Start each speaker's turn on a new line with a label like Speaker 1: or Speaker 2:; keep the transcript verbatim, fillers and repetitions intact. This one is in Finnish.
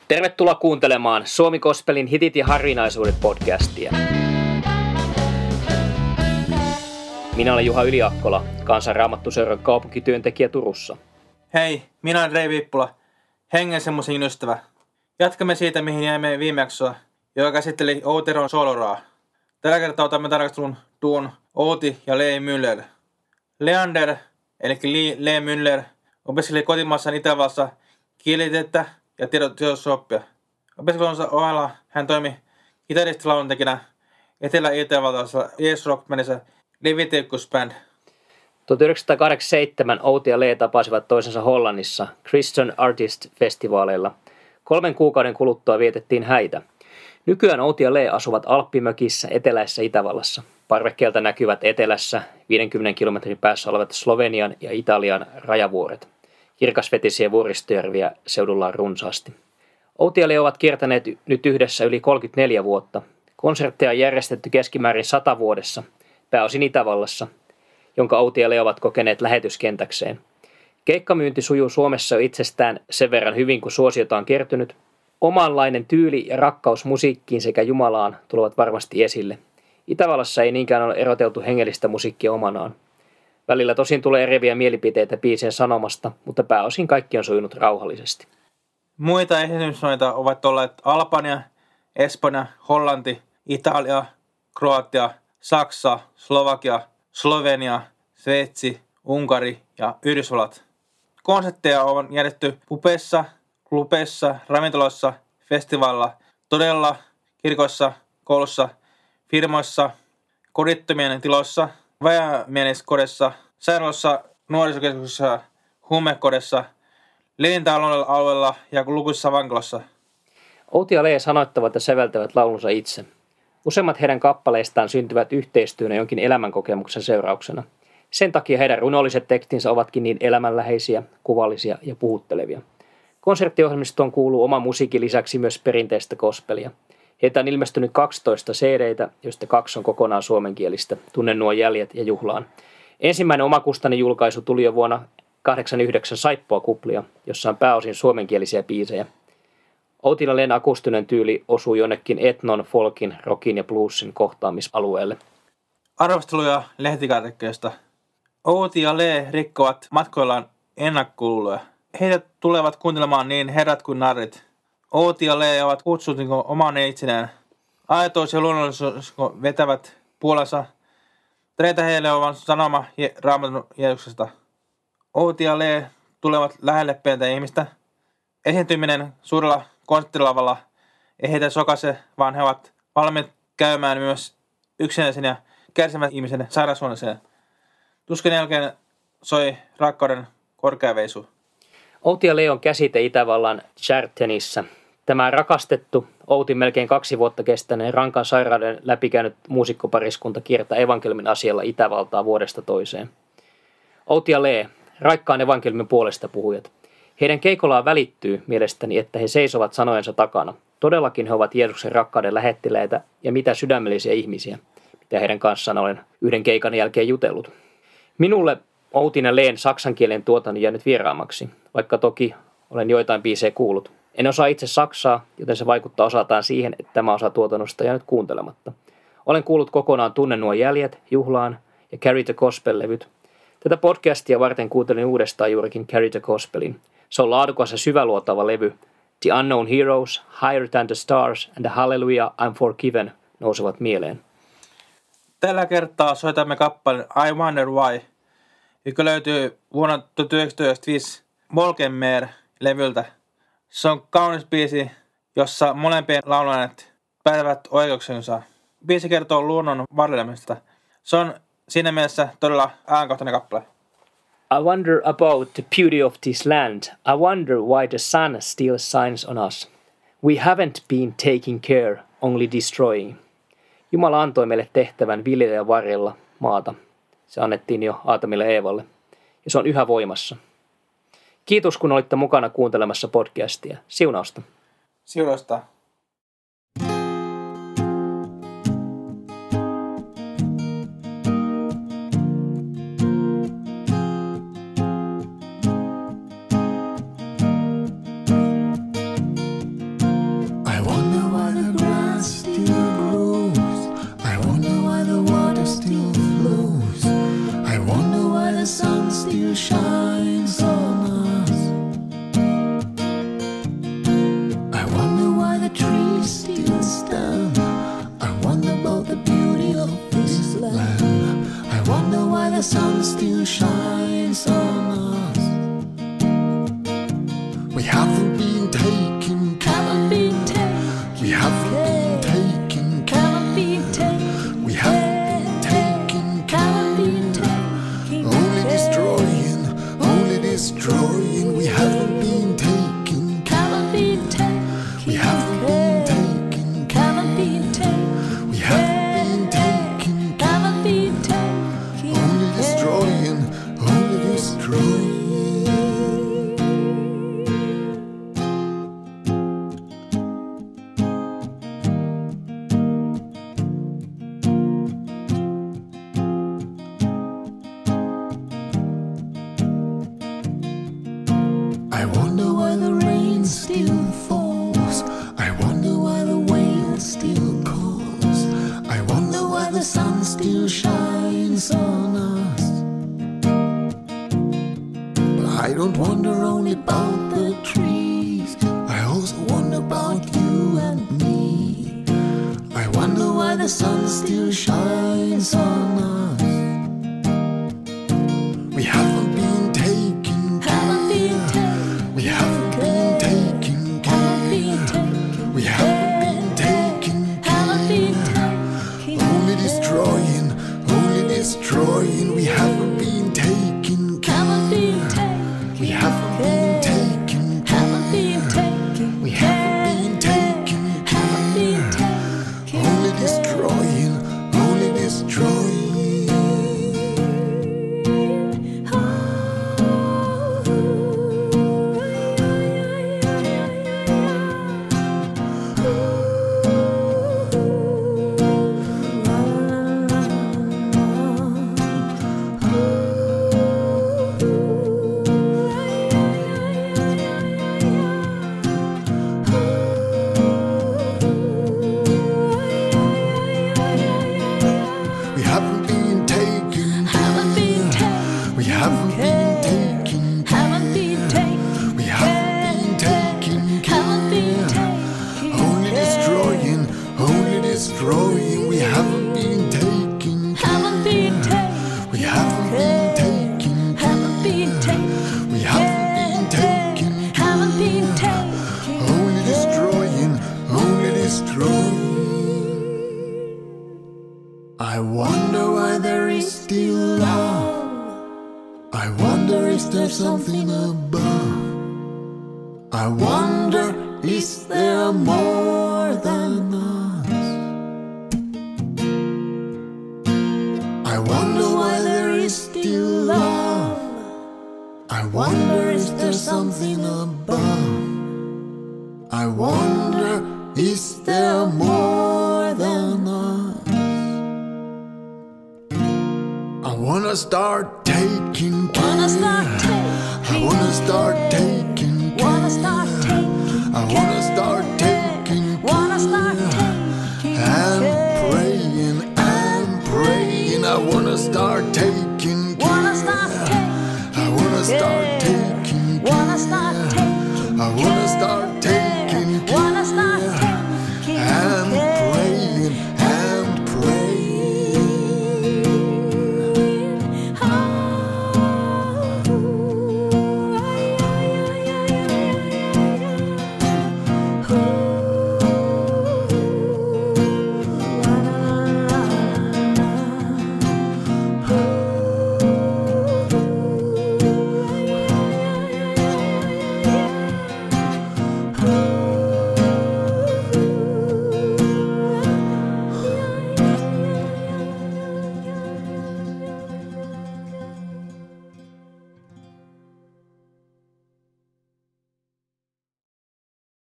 Speaker 1: Tervetuloa kuuntelemaan Suomi Gospelin hitit ja harvinaisuudet podcastia. Minä olen Juha Yliakkola, Kansanraamattuseuran kaupunkityöntekijä Turussa.
Speaker 2: Hei, minä olen Rei Viippula, hengen semmoisen ystävä. Jatkamme siitä, mihin jäimme viime jaksoa, joka käsitteli Outeron soloraa. Tällä kertaa otamme tarkastelun tuon Outi ja Lee Müller. Leander, eli Lee Müller, opiskeli kotimaassaan Itävallassa kielitettä ja tiedotusoppia. Opiskelunsa ohella hän toimi kitaristilauluntekijänä Etelä-Itävallassa Yes Rock-bändissä Leviticus Band.
Speaker 1: tuhatyhdeksänsataakahdeksankymmentäseitsemän Outi ja Lee tapasivat toisensa Hollannissa Christian Artist-festivaaleilla. Kolmen kuukauden kuluttua vietettiin häitä. Nykyään Outi ja Lee asuvat Alppimökissä eteläisessä Itävallassa. Parvekkeelta näkyvät etelässä viidenkymmenen kilometrin päässä olevat Slovenian ja Italian rajavuoret. Kirkasvetisiä vuoristojärviä seudulla on runsaasti. Outi ja Lee ovat kiertäneet nyt yhdessä yli kolmekymmentäneljä vuotta. Konsertteja on järjestetty keskimäärin sata vuodessa, pääosin Itävallassa, jonka Outi ja Lee ovat kokeneet lähetyskentäkseen. Keikkamyynti sujuu Suomessa jo itsestään sen verran hyvin, kun suosiota on kertynyt. Omanlainen tyyli ja rakkaus musiikkiin sekä Jumalaan tulevat varmasti esille. Itävallassa ei niinkään ole eroteltu hengellistä musiikkia omanaan. Välillä tosin tulee eriviä mielipiteitä biisien sanomasta, mutta pääosin kaikki on sujunut rauhallisesti.
Speaker 2: Muita esiintymismaita ovat olleet Albania, Espanja, Hollanti, Italia, Kroatia, Saksa, Slovakia, Slovenia, Sveitsi, Unkari ja Yhdysvallat. Konsertteja on järjestetty pubissa, klubeissa, ravintoloissa, festivaalilla, todella, kirkoissa, koulussa, firmoissa, kodittomien tiloissa, vajaamieskodissa, sairaaloissa, nuorisokeskuksissa, huumekodissa, liitintäalueella ja lukuisissa vankilassa.
Speaker 1: Outi ja Lee sanoittavat ja säveltävät laulunsa itse. Useimmat heidän kappaleistaan syntyvät yhteistyönä jonkin elämänkokemuksen seurauksena. Sen takia heidän runolliset tekstinsä ovatkin niin elämänläheisiä, kuvallisia ja puhuttelevia. Konserttiohjelmistoon kuuluu oma musiikin lisäksi myös perinteistä gospelia. Heitä on ilmestynyt kaksitoista C D:tä, joista kaksi on kokonaan suomenkielistä, Tunne nuo jäljet ja Juhlaan. Ensimmäinen omakustainen julkaisu tuli jo vuonna kahdeksankymmentäyhdeksän Saippua kuplia, jossa on pääosin suomenkielisiä biisejä. Outi ja Leen akustinen tyyli osuu jonnekin etnon, folkin, rockin ja bluesin kohtaamisalueelle.
Speaker 2: Arvosteluja lehtikartikkeesta. Outi ja Lee rikkovat matkoillaan ennakkoluuloja. Heidät tulevat kuuntelemaan niin herrat kuin narrit. Outi ja Lee ovat kutsut niin omaan itsenään. Ajatus ja luonnollisuus vetävät puolensa. Teitä heille on sanoma Raamatun Jeesuksesta. Outi ja Lee tulevat lähelle pientä ihmistä. Esiintyminen suurella konserttilavalla ei heitä sokase, vaan he ovat valmiit käymään myös yksinäisen ja kärsivän ihmisen sairaushuoneeseen. Tuskin jälkeen soi rakkauden korkeaveisu.
Speaker 1: Outi ja Lee on käsite Itävallan Kärntenissä. Tämä rakastettu, Outin melkein kaksi vuotta kestäneen rankan sairauden läpikäynyt muusikkopariskunta kiertää evankeliumin asialla Itävaltaa vuodesta toiseen. Outi ja Lee, raikkaan evankeliumin puolesta puhujat. Heidän keikollaan välittyy mielestäni, että he seisovat sanojensa takana. Todellakin he ovat Jeesuksen rakkauden lähettiläitä ja mitä sydämellisiä ihmisiä, mitä heidän kanssaan olen yhden keikan jälkeen jutellut. Minulle Outin ja Leen saksankielen tuotanto jäänyt vieraammaksi, vaikka toki olen joitain biisejä kuullut. En osaa itse saksaa, joten se vaikuttaa osaltaan siihen, että tämä osa tuotannosta jäänyt kuuntelematta. Olen kuullut kokonaan Tunne nuo jäljet, Juhlaan ja Carry the Gospel-levyt. Tätä podcastia varten kuuntelin uudestaan juurikin Carry the Gospelin. Se on laadukas ja syväluotava levy. The Unknown Heroes, Higher Than the Stars and the Hallelujah I'm Forgiven nousevat mieleen.
Speaker 2: Tällä kertaa soitamme kappaleen I Wonder Why, joka löytyy vuonna tuhatyhdeksänsataayhdeksänkymmentäviisi Molkenmeer-levyltä. Se on kaunis biisi, jossa molempien laulajat päätävät oikeuksensa. Biisi kertoo luonnon varjelemisesta. Se on siinä mielessä todella ajankohtainen kappale.
Speaker 1: I wonder about the beauty of this land. I wonder why the sun still shines on us. We haven't been taking care, only destroying. Jumala antoi meille tehtävän viljellä ja varjella maata. Se annettiin jo Aatamille ja Eevalle. Ja se on yhä voimassa. Kiitos, kun olitte mukana kuuntelemassa podcastia. Siunausta.
Speaker 2: Siunausta.
Speaker 3: don't wonder only about the trees. I also wonder about you and me. I wonder why the sun still shines on us. We haven't been taking care. We haven't been taking care. We haven't been taking care. Only destroying, only destroying. We haven't been taking care. We haven't been taking care. We haven't been taking care. Only destroying, only destroying. We haven't been taking care. We haven't been taking care. We haven't been taking care. Only destroying, only destroying. We haven't been taking care. We haven't been taking care. We haven't been taking care. Only destroying, only destroying. I wonder why there is still love. I wonder is there something above. I wonder is there more than us. I wonder why there is still love. I wonder is there something above. I wonder is there more than us. I wanna start taking care.
Speaker 4: Wanna start
Speaker 3: I wanna start taking care.
Speaker 4: Wanna start taking
Speaker 3: I wanna start taking
Speaker 4: Wanna start
Speaker 3: care.
Speaker 4: taking
Speaker 3: And
Speaker 4: care.
Speaker 3: praying and praying. I wanna start taking care.
Speaker 4: Wanna start taking
Speaker 3: I wanna start